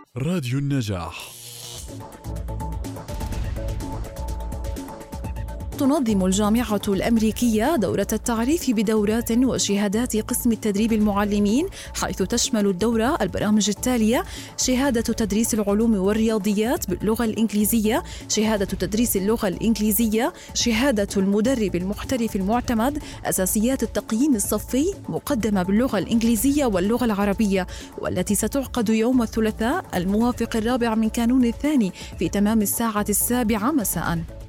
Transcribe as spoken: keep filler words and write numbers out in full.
راديو النجاح. تنظم الجامعة الأمريكية دورة التعريف بدورات وشهادات قسم التدريب المعلمين، حيث تشمل الدورة البرامج التالية: شهادة تدريس العلوم والرياضيات باللغة الإنجليزية، شهادة تدريس اللغة الإنجليزية، شهادة المدرب المحترف المعتمد، أساسيات التقييم الصفي مقدمة باللغة الإنجليزية واللغة العربية، والتي ستعقد يوم الثلاثاء الموافق الرابع من كانون الثاني في تمام الساعة السابعة مساءً.